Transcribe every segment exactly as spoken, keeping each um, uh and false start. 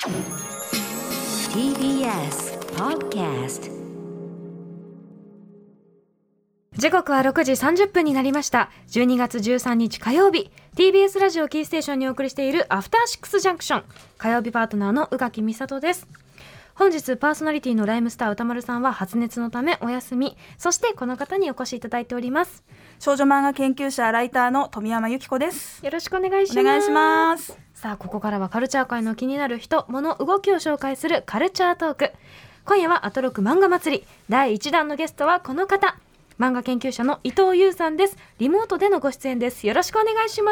ティービーエス Podcast。時刻はろくじさんじゅっぷんになりました。じゅうにがつじゅうさんにち火曜日、 ティービーエス ラジオキーステーションにお送りしているアフターシックスジャンクション、火曜日パートナーの宇垣美里です。本日パーソナリティのライムスター歌丸さんは発熱のためお休み、そしてこの方にお越しいただいております。 少女漫画研究者ライターの富山由紀子です。 よろしくお願いします。 お願いします。 さあ、ここからはカルチャー界の気になる人、物、動きを紹介するカルチャートーク。今夜はアトロク漫画祭りだいいちだんのゲストはこの方、漫画研究者の伊藤優さんです。リモートでのご出演です。よろしくお願いします。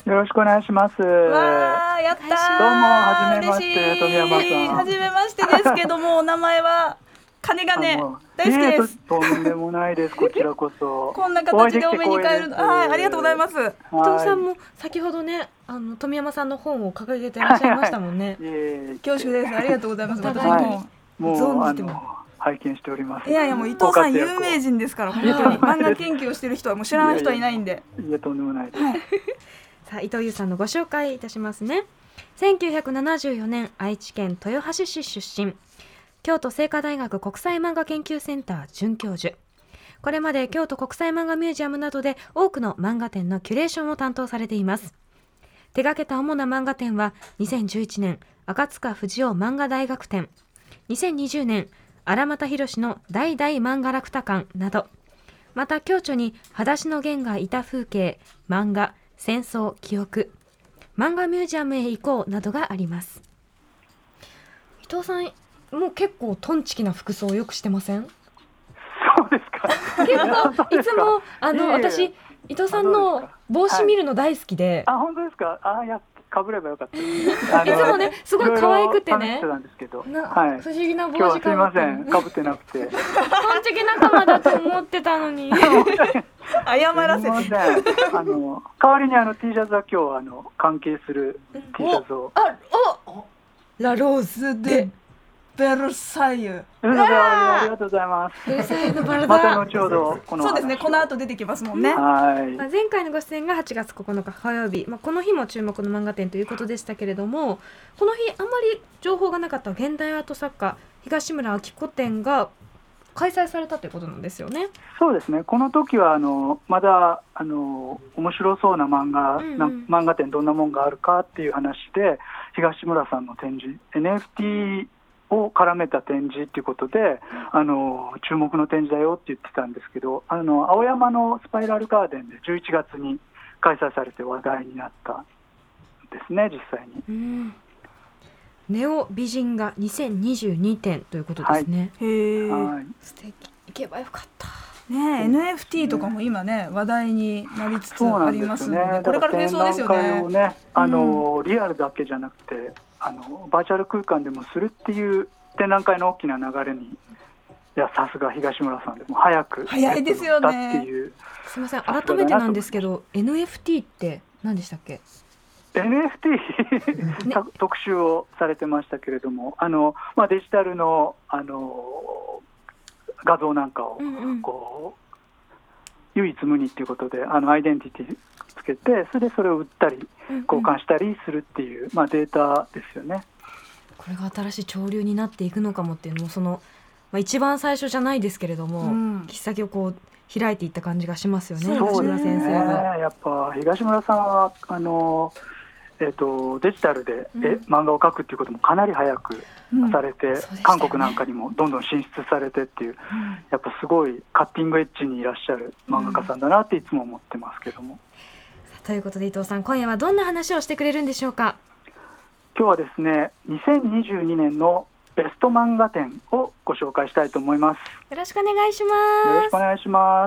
よろしくお願いします。 わー、やったー。 どうも、はじめまして、富山さん。 はじめましてですけども、お名前は金がね、大好きです。 とんでもないです。こちらこそ。 こんな形でお目にかえるの、はい、ありがとうございます。伊藤さんも先ほどね、あの富山さんの本を掲げていらっしゃいましたもんね。 恐縮です。ありがとうございます。私ももうあの拝見しております。 いやいや、もう伊藤さん有名人ですから、本当に漫画研究をしている人はもう知らない人はいないんで。 いや、とんでもないです。 はい、 さあ、伊藤優さんのご紹介いたしますね。せんきゅうひゃくななじゅうよねん、愛知県豊橋市出身、京都精華大学国際漫画研究センター准教授。これまで京都国際漫画ミュージアムなどで多くの漫画展のキュレーションを担当されています。手掛けた主な漫画展はにせんじゅういちねん赤塚不二夫漫画大学展、にせんにじゅうねん荒俣宏の大々漫画楽多館など、また共著に裸足のゲンがいた風景、漫画、戦争、記憶、漫画ミュージアムへ行こうなどがあります。伊藤さん、もう結構トンチキな服装をよくしてません？ そうですか。 結構いつもあの、いえいえ、私伊藤さんの帽子見るの大好きで、 はい、あ、本当ですか。あ、やかぶればよかったです。 いつもね、すごい可愛くてね、 いろいろ試してたんですけど、 な、 はい、 不思議な帽子今日はすいません、かぶってなくて。 トンチキ仲間だと思ってたのに。 謝らせて。 あの代わりにあの T シャツは今日あの関係する T シャツを。 あ、お、ラローズでベルサイユ。 ありがとうございます。 ベルサイユのバラだ。 また後ほどこの。 そうですね。この後出てきますもんね。 はい。 まあ、前回のご出演がはちがつここのか火曜日、まあ、この日も注目の漫画展ということでしたけれども、この日あんまり情報がなかった現代アート作家東村明子展が開催されたということなんですよね。 そうですね。この時はあのまだあの面白そうな漫画、うんうん、な漫画展どんなもんがあるかっていう話で、東村さんの展示 エヌエフティー を絡めた展示っていうことで、あの注目の展示だよって言ってたんですけど、あの青山のスパイラルガーデンでじゅういちがつに開催されて話題になったんですね、実際に。 うん、ネオ美人画にせんにじゅうにてんということですね。 はい、へはい、 素敵。行けばよかったね。 エヌエフティー とかも今ね、話題になりつつありますので、ね、これから増えそうですよね。 ね、あの、うん、リアルだけじゃなくてあのバーチャル空間でもするっていう展覧会の大きな流れに、いや、さすが東村さんでも早く早いですよね。 っていう。 すみません、改めてなんですけど エヌエフティー って何でしたっけ？ エヌエフティー ね、特集をされてましたけれども、あの、まあ、デジタルの、あの画像なんかをこう、うんうん、唯一無二っていうことであのアイデンティティつけて、それでそれを売ったり交換したりするっていう、うんうん、まあ、データですよね。 これが新しい潮流になっていくのかもっていうのも、その、まあ、一番最初じゃないですけれども、うん、切っ先をこう開いていった感じがしますよね、東村先生が。 やっぱ東村さんはあの、えー、とデジタルで、うん、え漫画を描くっていうこともかなり早くされて、うんね、韓国なんかにもどんどん進出されてっていう、うん、やっぱすごいカッティングエッジにいらっしゃる漫画家さんだなっていつも思ってますけども、 うん、ということで伊藤さん、今夜はどんな話をしてくれるんでしょうか？ 今日はですね、にせんにじゅうにねんのベスト漫画展をご紹介したいと思います。 よろしくお願いします。 よろしくお願いします。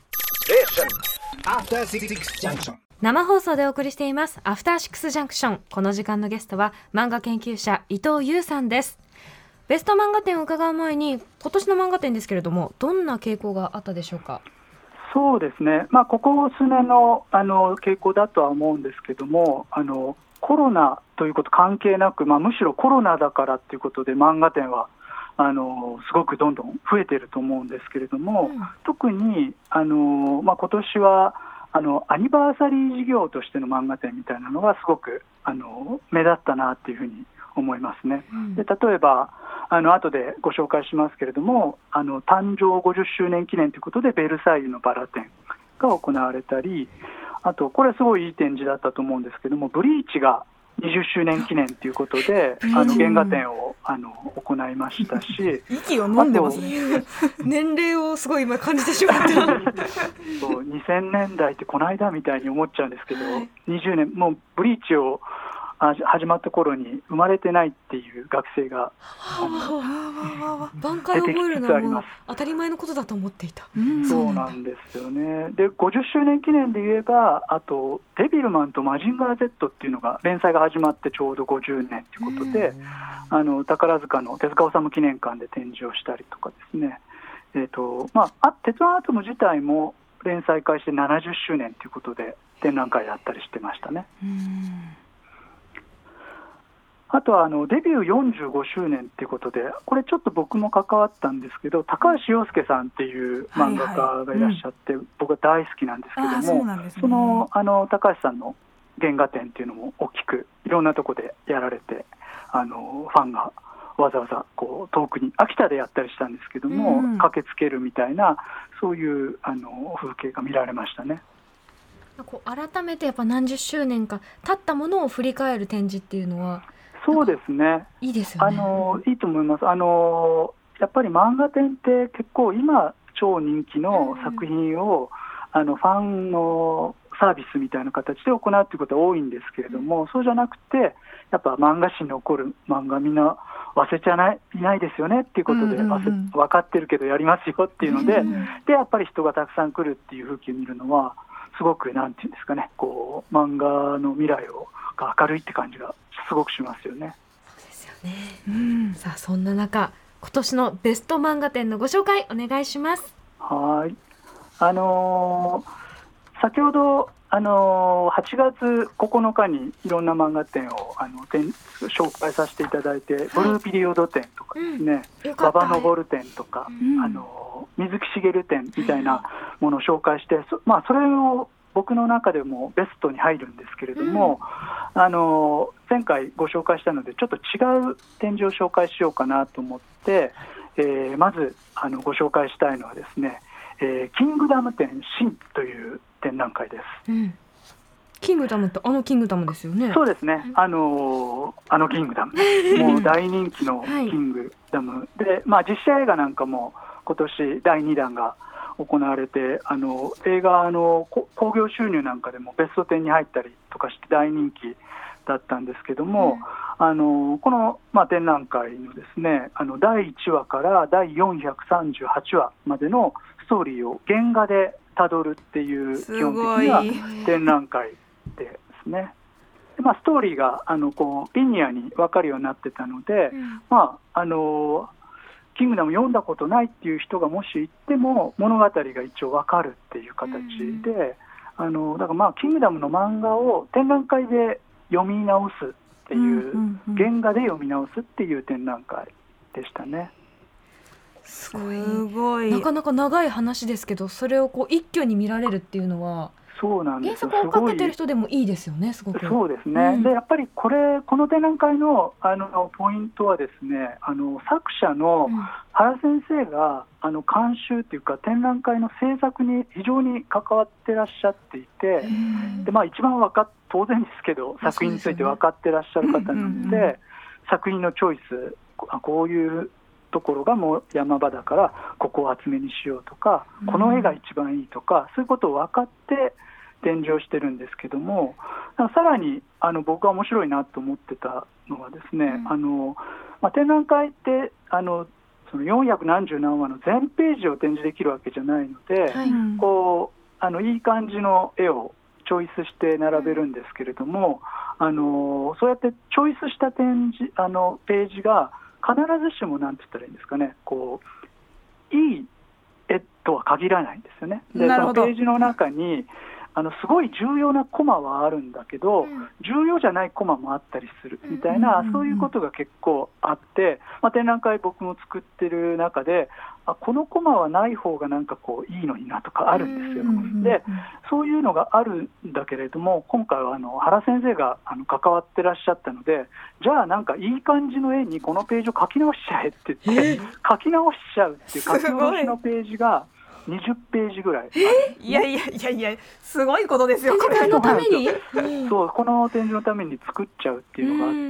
生放送でお送りしていますアフターシックスジャンクション。この時間のゲストは漫画研究者伊藤優さんです。ベスト漫画展を伺う前に、今年の漫画展ですけれども、どんな傾向があったでしょうか？ そうですね、まあ、ここ数年の、あの傾向だとは思うんですけども、あのコロナということ関係なく、まあ、むしろコロナだからということで漫画展はあのすごくどんどん増えていると思うんですけれども、うん、特にあの、まあ、今年はあのアニバーサリー事業としての漫画展みたいなのがすごくあの目立ったなというふうに思いますね。で例えばあの後でご紹介しますけれども、あの誕生ごじゅっしゅうねん記念ということでベルサイユのバラ展が行われたり、あとこれすごいいい展示だったと思うんですけども、ブリーチがにじゅっしゅうねん記念ということであの原画展をあの行いましたし、 息を飲んでますね。 年齢をすごい今感じてしまってそうにせんねんだいってこの間みたいに思っちゃうんですけど、にじゅうねんもうブリーチを始まった頃に生まれてないっていう学生が挽回を覚えるのはもう当たり前のことだと思っていた。 そうなんですよね。でごじゅっしゅうねん記念で言えば、あとデビルマンとマジンガー Z っていうのが連載が始まってちょうどごじゅうねんということで、あの宝塚の手塚治虫記念館で展示をしたりとかですね、えーとまあ、あ鉄腕アトム自体も連載開始してななじゅっしゅうねんということで展覧会やったりしてましたね。うん、あとはあのデビューよんじゅうごしゅうねんということで、これちょっと僕も関わったんですけど、高橋洋介さんっていう漫画家がいらっしゃって、はいはい、うん、僕は大好きなんですけども、そ, ね、そのあの高橋さんの原画展っていうのも大きくいろんなとこでやられて、あのファンがわざわざこう遠くに秋田でやったりしたんですけども、うん、駆けつけるみたいなそういうあの風景が見られましたね。 こう改めてやっぱ何十周年か経ったものを振り返る展示っていうのはそうですね、 いいですよね。 あのいいと思います。あのやっぱり漫画展って結構今超人気の作品を、うん、あのファンのサービスみたいな形で行うということは多いんですけれども、うん、そうじゃなくてやっぱ漫画史に残る漫画みんな忘れちゃない、いないですよねっていうことで、うんうんうん、分かってるけどやりますよっていうので、うんうん、でやっぱり人がたくさん来るっていう風景を見るのはすごくなんていうんですかね、こう漫画の未来をが明るいって感じがすごくしますよね。 そうですよね、うん、さあそんな中今年のベスト漫画展のご紹介お願いします。 はい、あのー、先ほどあのー、はちがつここのかにいろんな漫画展をあの展紹介させていただいて、はい、ブルーピリオド展とかですね、馬場昇展とか、うん、あのー、水木しげる展みたいなものを紹介して、そ、まあ、それを僕の中でもベストに入るんですけれども、うん、あのー、前回ご紹介したのでちょっと違う展示を紹介しようかなと思って、えー、まずあのご紹介したいのはですね、えー、キングダム展新という展覧会です、うん、 キングダムってあのキングダムですよね。 そうですね、あのー、あのキングダムもう大人気のキングダム、はい、で、まあ、実写映画なんかも今年だいにだんが行われて、あの映画の興行収入なんかでもベストじゅうに入ったりとかして大人気だったんですけども、うん、あのこの、まあ、展覧会のですね、あのだいいちわからだいよんひゃくさんじゅうはちわまでのストーリーを原画でたどるっていう基本的な展覧会ですね。で、まあ、ストーリーがあのこうリニアに分かるようになってたので、うん、まああのキングダム読んだことないっていう人がもし行っても物語が一応分かるっていう形で、うん、あのだからまあキングダムの漫画を展覧会で読み直すっていう、うんうんうん、原画で読み直すっていう展覧会でしたね。 すごい、すごいなかなか長い話ですけど、それをこう一挙に見られるっていうのはそうなんですよ。 原作を追っかけてる人でもいいですよね。すごくそうですね、うん、でやっぱりこれこの展覧会 の, あのポイントはですね、あの作者の原先生があの監修というか展覧会の制作に非常に関わってらっしゃっていて、うん、でまあ、一番わか当然ですけど作品について分かってらっしゃる方なので、うんうんうん、作品のチョイス、こういうところがもう山場だからここを厚めにしようとか、うん、この絵が一番いいとか、そういうことを分かって展示をしてるんですけども、さらにあの僕が面白いなと思ってたのはですね、うん、あのまあ、展覧会ってあのそのよんひゃくなんじゅうなんわの全ページを展示できるわけじゃないので、はい、こうあのいい感じの絵をチョイスして並べるんですけれども、うん、あのそうやってチョイスした展示あのページが必ずしもなんて言ったらいいんですかね、こういい絵とは限らないんですよね。でそのページの中にあのすごい重要なコマはあるんだけど、 うん、 重要じゃないコマもあったりするみたいな、うんうんうんうん、そういうことが結構あって、まあ、展覧会僕も作ってる中で、あこのコマはない方がなんかこういいのになとかあるんですよ、うんうんうん、でそういうのがあるんだけれども、今回はあの原先生があの関わってらっしゃったので、じゃあなんかいい感じの絵にこのページを書き直しちゃえって言って、えー、書き直しちゃうっていう書き下ろしのページがにじゅっページぐらい、 えー、いやいやいやいやすごいことですよ、 これのためにそうこの展示のために作っちゃうっていうのがあって、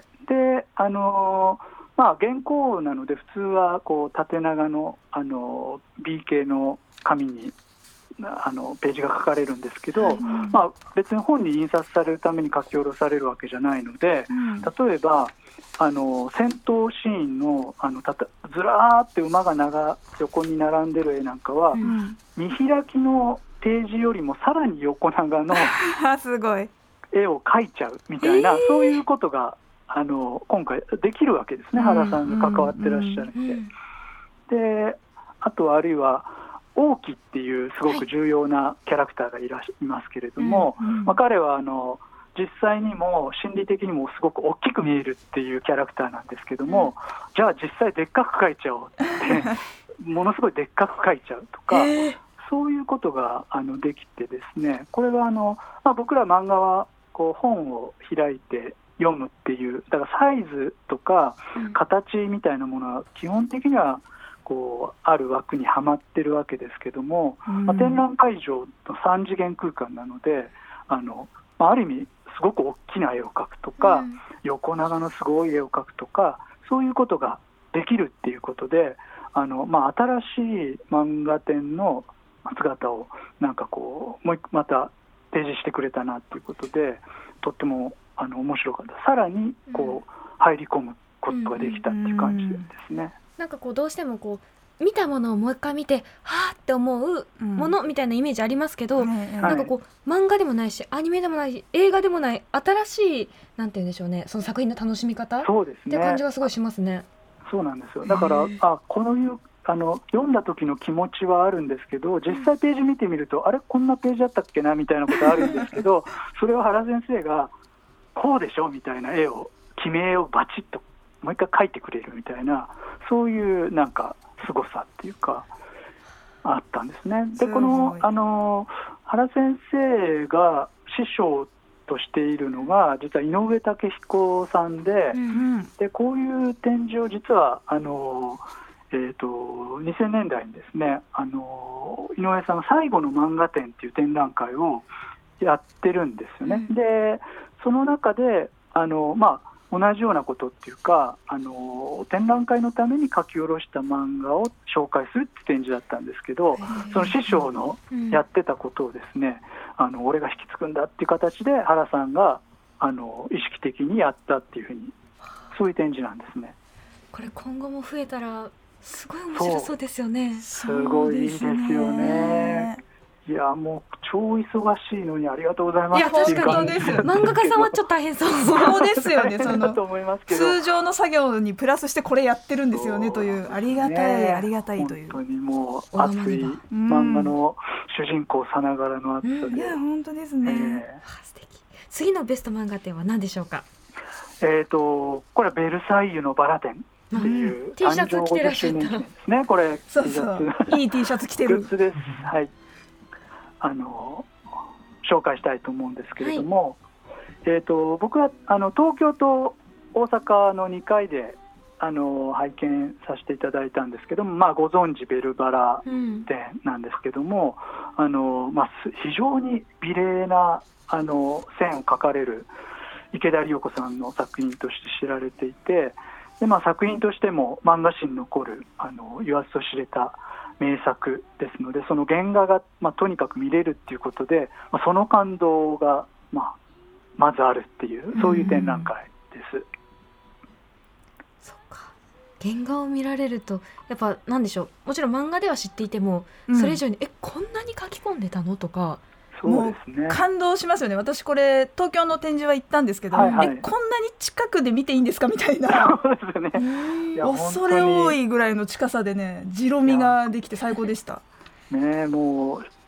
であのーまあ、原稿なので普通はこう縦長の、あの ビー 系の紙にあのページが書かれるんですけど、はい、まあ、別に本に印刷されるために書き下ろされるわけじゃないので、うん、例えばあの戦闘シーン の, あのたたずらーって馬が長横に並んでる絵なんかは、うん、見開きのページよりもさらに横長のすごい絵を描いちゃうみたいな、えー、そういうことがあの今回できるわけですね、原さんが関わってらっしゃるんで、うんうんうん、であとはあるいは王毅っていうすごく重要なキャラクターがいらっしゃいますけれども、はい、まあ、彼はあの実際にも心理的にもすごく大きく見えるっていうキャラクターなんですけども、うん、じゃあ実際でっかく描いちゃおうってものすごいでっかく描いちゃうとか、えー、そういうことがあのできてですね、これはあの、まあ、僕ら漫画はこう本を開いて読むっていう、だからサイズとか形みたいなものは基本的にはこうある枠にはまってるわけですけども、うん、まあ、展覧会場のさん次元空間なので、あの、まあ、ある意味すごく大きな絵を描くとか、うん、横長のすごい絵を描くとか、そういうことができるっていうことで、あの、まあ、新しい漫画展の姿をなんかこうもう一個また提示してくれたなっていうことで、とってもあの面白かった。さらにこう、うん、入り込むことができたっていう感じですね、うんうん、 なんかこうどうしてもこう見たものをもう一回見てはーって思うものみたいなイメージありますけど、うん、なんかこう漫画でもないしアニメでもないし映画でもない新しいなんて言うんでしょうね、その作品の楽しみ方、 そうですね、 って感じがすごいしますね。 そうなんですよ。だからあこのいうあの読んだ時の気持ちはあるんですけど、実際ページ見てみると、うん、あれこんなページだったっけなみたいなことあるんですけどそれを原先生がこうでしょみたいな絵を決め絵をバチッともう一回描いてくれるみたいな、そういうなんか凄さっていうかあったんですね。でこのあの原先生が師匠としているのが実は井上武彦さん で,、うんうん、でこういう展示を実はあの、えー、とにせんねんだいにですね、あの井上さんが最後の漫画展っていう展覧会をやってるんですよね、うん、でその中であの、まあ、同じようなことっていうか、あの展覧会のために書き下ろした漫画を紹介するって展示だったんですけど、その師匠のやってたことをですね、うん、あの俺が引き継ぐんだっていう形で原さんがあの意識的にやったっていうふうに、そういう展示なんですね。 これ今後も増えたらすごい面白そうですよね。 すごいいいですよね。いやもう超忙しいのにありがとうございます。 いや確かに漫画家さんはちょっと大変そうそうですよね。そのと思いますけど、 通常の作業にプラスしてこれやってるんですよねというありがたい、ね、ありがたいという、 本当にもう熱い漫画の主人公さながらの熱さで、うん、 いや本当ですね、えー、素敵。次のベスト漫画展は何でしょうか。 えーとこれはベルサイユのバラ展っていう、うん、 T シャツ着てらっしゃったですね。これそうそういい T シャツ着てるグッズです。はい、あの紹介したいと思うんですけれども、はい、えー、と僕はあの東京と大阪のにかいであの拝見させていただいたんですけども、まあ、ご存知ベルバラ展なんですけども、うん、あのまあ、非常に美麗なあの線を描かれる池田理代子さんの作品として知られていて、で、まあ、作品としても漫画史に残るあの言わずと知れた名作ですので、その原画が、まあ、とにかく見れるっていうことで、まあ、その感動が、まあ、まずあるっていう、そういう展覧会です。うん、 そっか、原画を見られるとやっぱなんでしょう、もちろん漫画では知っていても、うん、それ以上にえこんなに書き込んでたのとか、 そうですね、 もう感動しますよね。私これ東京の展示は行ったんですけど、はいはい、えこんなに近くで見ていいんですかみたいなそうですね、 いや恐れ多いぐらいの近さでね、じろみができて最高でしたね。もう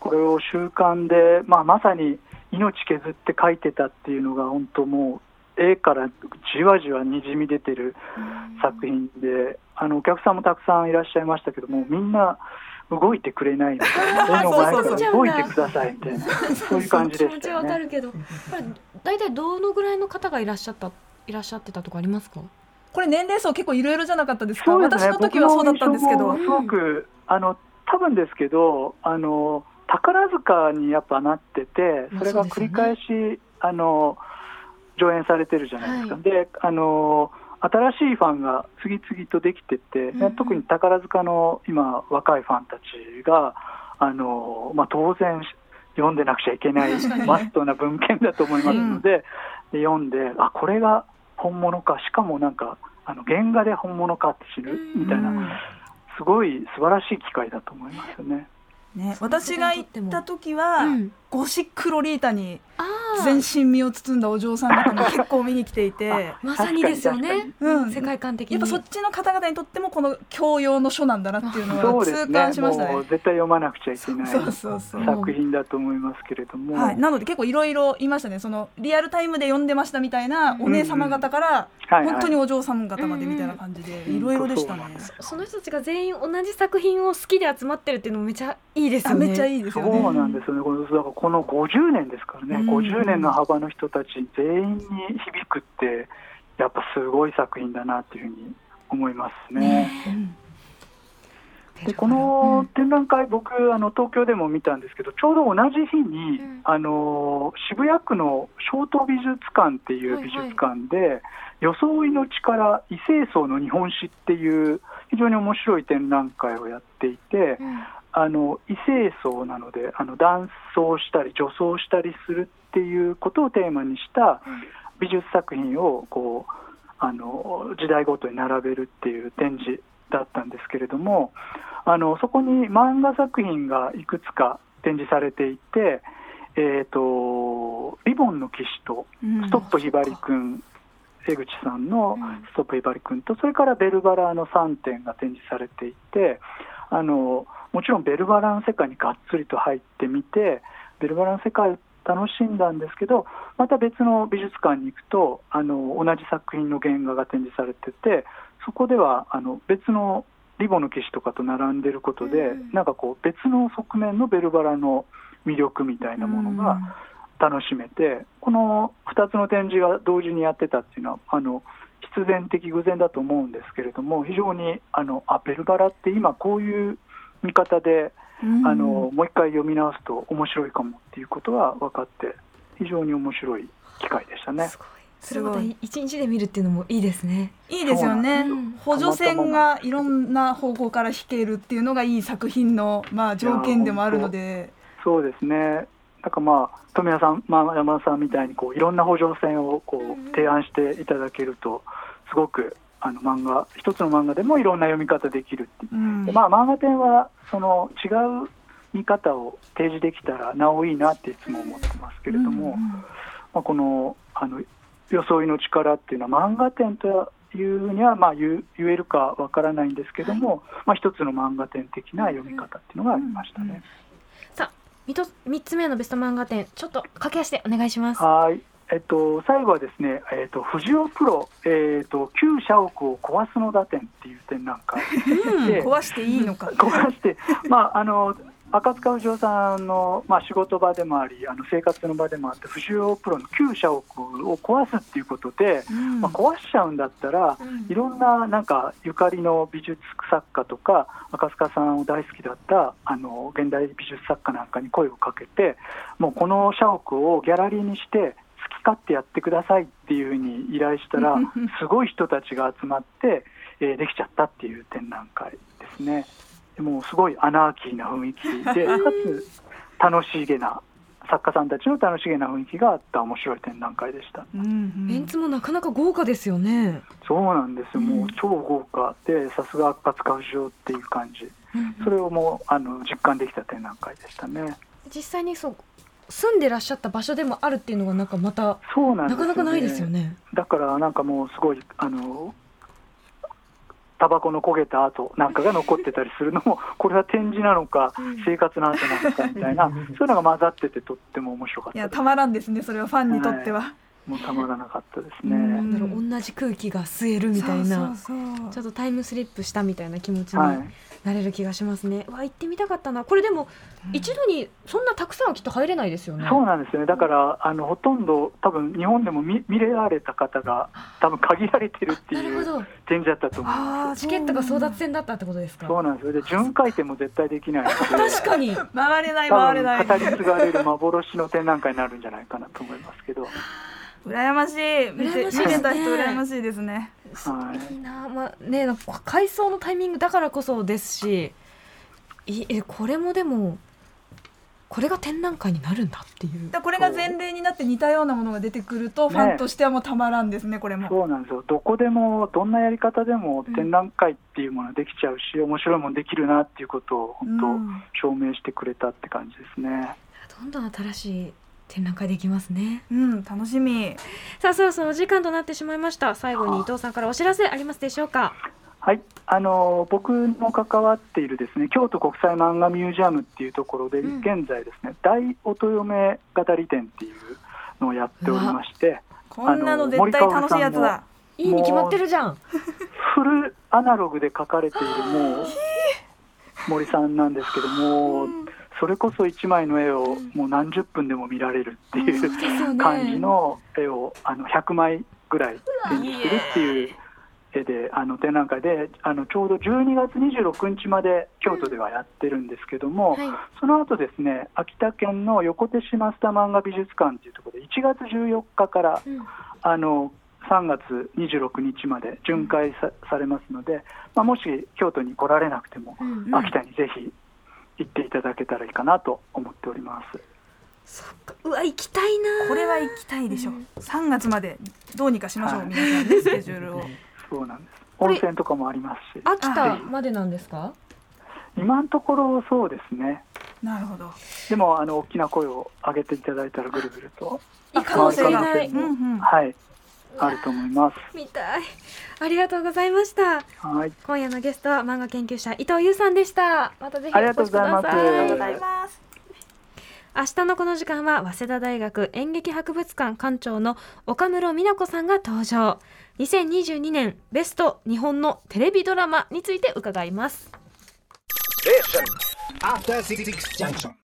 これを習慣で、まあ、まさに命削って描いてたっていうのが本当もう絵からじわじわにじみ出てる作品で、あのお客さんもたくさんいらっしゃいましたけども、みんな動いてくれないみたいな、絵の前から動いてくださいみたいな、そういう感じでしたよね。 気持ちはわかるけど、これ大体どのぐらいの方がいらっしゃったいらっしゃってたとかありますか？ これ年齢層結構いろいろじゃなかったですか？そうですね、私の時はそうだったんですけど、 すごくあの多分ですけど、あの宝塚にやっぱなってて、それが繰り返し、ね、あの上演されてるじゃないですか、はい、であの新しいファンが次々とできてて、うん、特に宝塚の今若いファンたちがあの、まあ、当然読んでなくちゃいけないマストな文献だと思いますので、で読んで、あ、これが本物か、しかもなんかあの原画で本物かって知るみたいな、すごい素晴らしい機会だと思いますよね。 ね、私が行った時は、うん、ゴシックロリータに全身身を包んだお嬢さん方も結構見に来ていてまさにですよね、うん、世界観的にやっぱそっちの方々にとってもこの教養の書なんだなっていうのは痛感しましたね。 もう絶対読まなくちゃいけない作品だと思いますけれども、 はい、なので結構いろいろ言いましたね。そのリアルタイムで読んでましたみたいなお姉様方から本当にお嬢様方までみたいな感じでいろいろでしたね。 その人たちが全員同じ作品を好きで集まってるっていうのもめちゃいいですよね。 めっちゃいいですよね。 そうなんですよね。だからこのごじゅうねんですからね、うん、ごじゅうねんの幅の人たち全員に響くってやっぱすごい作品だなというふうに思いますね。ね、うん、でこの展覧会、僕あの東京でも見たんですけど、ちょうど同じ日に、うん、あの渋谷区の小東美術館っていう美術館で、はいはい、装いの力異性層の日本史っていう非常に面白い展覧会をやっていて、うん、あの異性層なのであの男装したり女装したりするっていうことをテーマにした美術作品をこうあの時代ごとに並べるっていう展示だったんですけれども、あのそこに漫画作品がいくつか展示されていて、えーと、リボンの騎士とストップひばりくん、江口さんのストップひばりくんと、それからベルバラのさんてんが展示されていて、あのもちろんベルバラの世界にがっつりと入ってみてベルバラの世界を楽しんだんですけど、また別の美術館に行くとあの同じ作品の原画が展示されてて、そこではあの別のリボンの騎士とかと並んでることで、うん、なんかこう別の側面のベルバラの魅力みたいなものが楽しめて、うん、このふたつの展示が同時にやってたっていうのはあの必然的偶然だと思うんですけれども、非常にあのあベルバラって今こういう見方で、うん、あのもう一回読み直すと面白いかもっていうことは分かって非常に面白い機会でしたね。 すごい。それまた一日で見るっていうのもいいですね。 いいですよね、うん、補助線がいろんな方向から弾けるっていうのがいい作品の、まあ、条件でもあるので。 そうですね。なんかまあ富谷さん、まあ、山田さんみたいにこういろんな補助線をこう提案していただけるとすごくあの漫画一つの漫画でもいろんな読み方できるっていう、うん、でまあ、漫画展はその違う見方を提示できたらなおいいなっていつも思ってますけれども、うん、まあ、このあの装いの力っていうのは漫画展というにはまあ 言, 言えるかわからないんですけども、はい、まあ、一つの漫画展的な読み方っていうのがありましたね。うんうん、 さあみっつめのベスト漫画展ちょっと駆け足でお願いします。 はい、えっと、最後はですね、えっと、藤尾プロ、えっと、旧社屋を壊すのだ展っていう展覧会で、壊していいのか壊して、まあ、あの赤塚不二夫さんの、まあ、仕事場でもありあの生活の場でもあって藤尾プロの旧社屋を壊すっていうことで、うん、まあ、壊しちゃうんだったら、うん、いろんな、なんかゆかりの美術作家とか赤塚さんを大好きだったあの現代美術作家なんかに声をかけて、もうこの社屋をギャラリーにして好き勝手やってくださいっていうふうに依頼したらすごい人たちが集まって、えー、できちゃったっていう展覧会ですね。でもすごいアナーキーな雰囲気でかつ楽しげな作家さんたちの楽しげな雰囲気があった面白い展覧会でした。 うんうん、メンツもなかなか豪華ですよね。 そうなんですよ、もう超豪華でさすが赤塚不二夫っていう感じ、うんうん、それをもうあの実感できた展覧会でしたね。 実際にそう住んでらっしゃった場所でもあるっていうのがなんかまたそうなんですよね。なかなかないですよね。 だからなんかもうすごいあのタバコの焦げた跡なんかが残ってたりするのもこれは展示なのか生活の跡なのかみたいなそういうのが混ざっててとっても面白かったです。 いやたまらんですねそれはファンにとっては、はい、 もうたまらなかったですね。 同じ空気が吸えるみたいな、そうそうそうちょっとタイムスリップしたみたいな気持ちになれる気がしますね、はい、わ行ってみたかったな。これでも一度にそんなたくさんはきっと入れないですよね。 そうなんですよね。だからあのほとんど多分日本でも 見, 見られた方が多分限られてるっていう展示だったと思います。 チケットが争奪戦だったってことですか。 そうなんですよ。で巡回展も絶対できないので確かに回れない回れない語り継がれる幻の展覧会になるんじゃないかなと思いますけど羨ましい。見て、見てた人羨ましいですね。 はい、いいな、まあね、改装のタイミングだからこそですしいえこれもでもこれが展覧会になるんだっていう。 だこれが前例になって似たようなものが出てくるとファンとしてはもうたまらんですね。これもそうなんですよ。どこでもどんなやり方でも展覧会っていうものができちゃうし、うん、面白いものできるなっていうことを本当証明してくれたって感じですね、 うん、どんどん新しい展覧会できますね。 うん楽しみ。 さあそろそろお時間となってしまいました。最後に伊藤さんからお知らせありますでしょうか。 はい、あの僕の関わっているですね京都国際漫画ミュージアムっていうところで、うん、現在ですね大音嫁語り展っていうのをやっておりまして、 こんなの絶対楽しいやつだ。 いいに決まってるじゃん。 フルアナログで描かれているもう森さんなんですけども、うん、それこそいちまいの絵をもう何十分でも見られるっていう、うん、感じの絵をあのひゃくまいぐらい展示するっていう絵であの展覧会であのちょうどじゅうにがつにじゅうろくにちまで京都ではやってるんですけども、うんはい、その後ですね秋田県の横手市マスター漫画美術館というところでいちがつじゅうよっかから、うん、あのさんがつにじゅうろくにちまで巡回 さ, されますので、まあ、もし京都に来られなくても、うんうん、秋田にぜひ行っていただけたらいいかなと思っております。 そっか、うわ行きたいな。 これは行きたいでしょ、うん、さんがつまでどうにかしましょう、はい、皆さんねスケジュールをそうなんです。温泉とかもありますし。 秋田までなんですか。 今のところそうですね。 なるほど。 でもあの大きな声を上げていただいたらぐるぐるといいかもしれない、うんうん、 はいあると思います。 見たい。ありがとうございました。 はい。 今夜のゲストは漫画研究者伊藤優さんでした。またぜひお越しください。 ありがとうございます。 明日のこの時間は早稲田大学演劇博物館館長の岡室美奈子さんが登場。にせんにじゅうにねんベスト日本のテレビドラマについて伺います。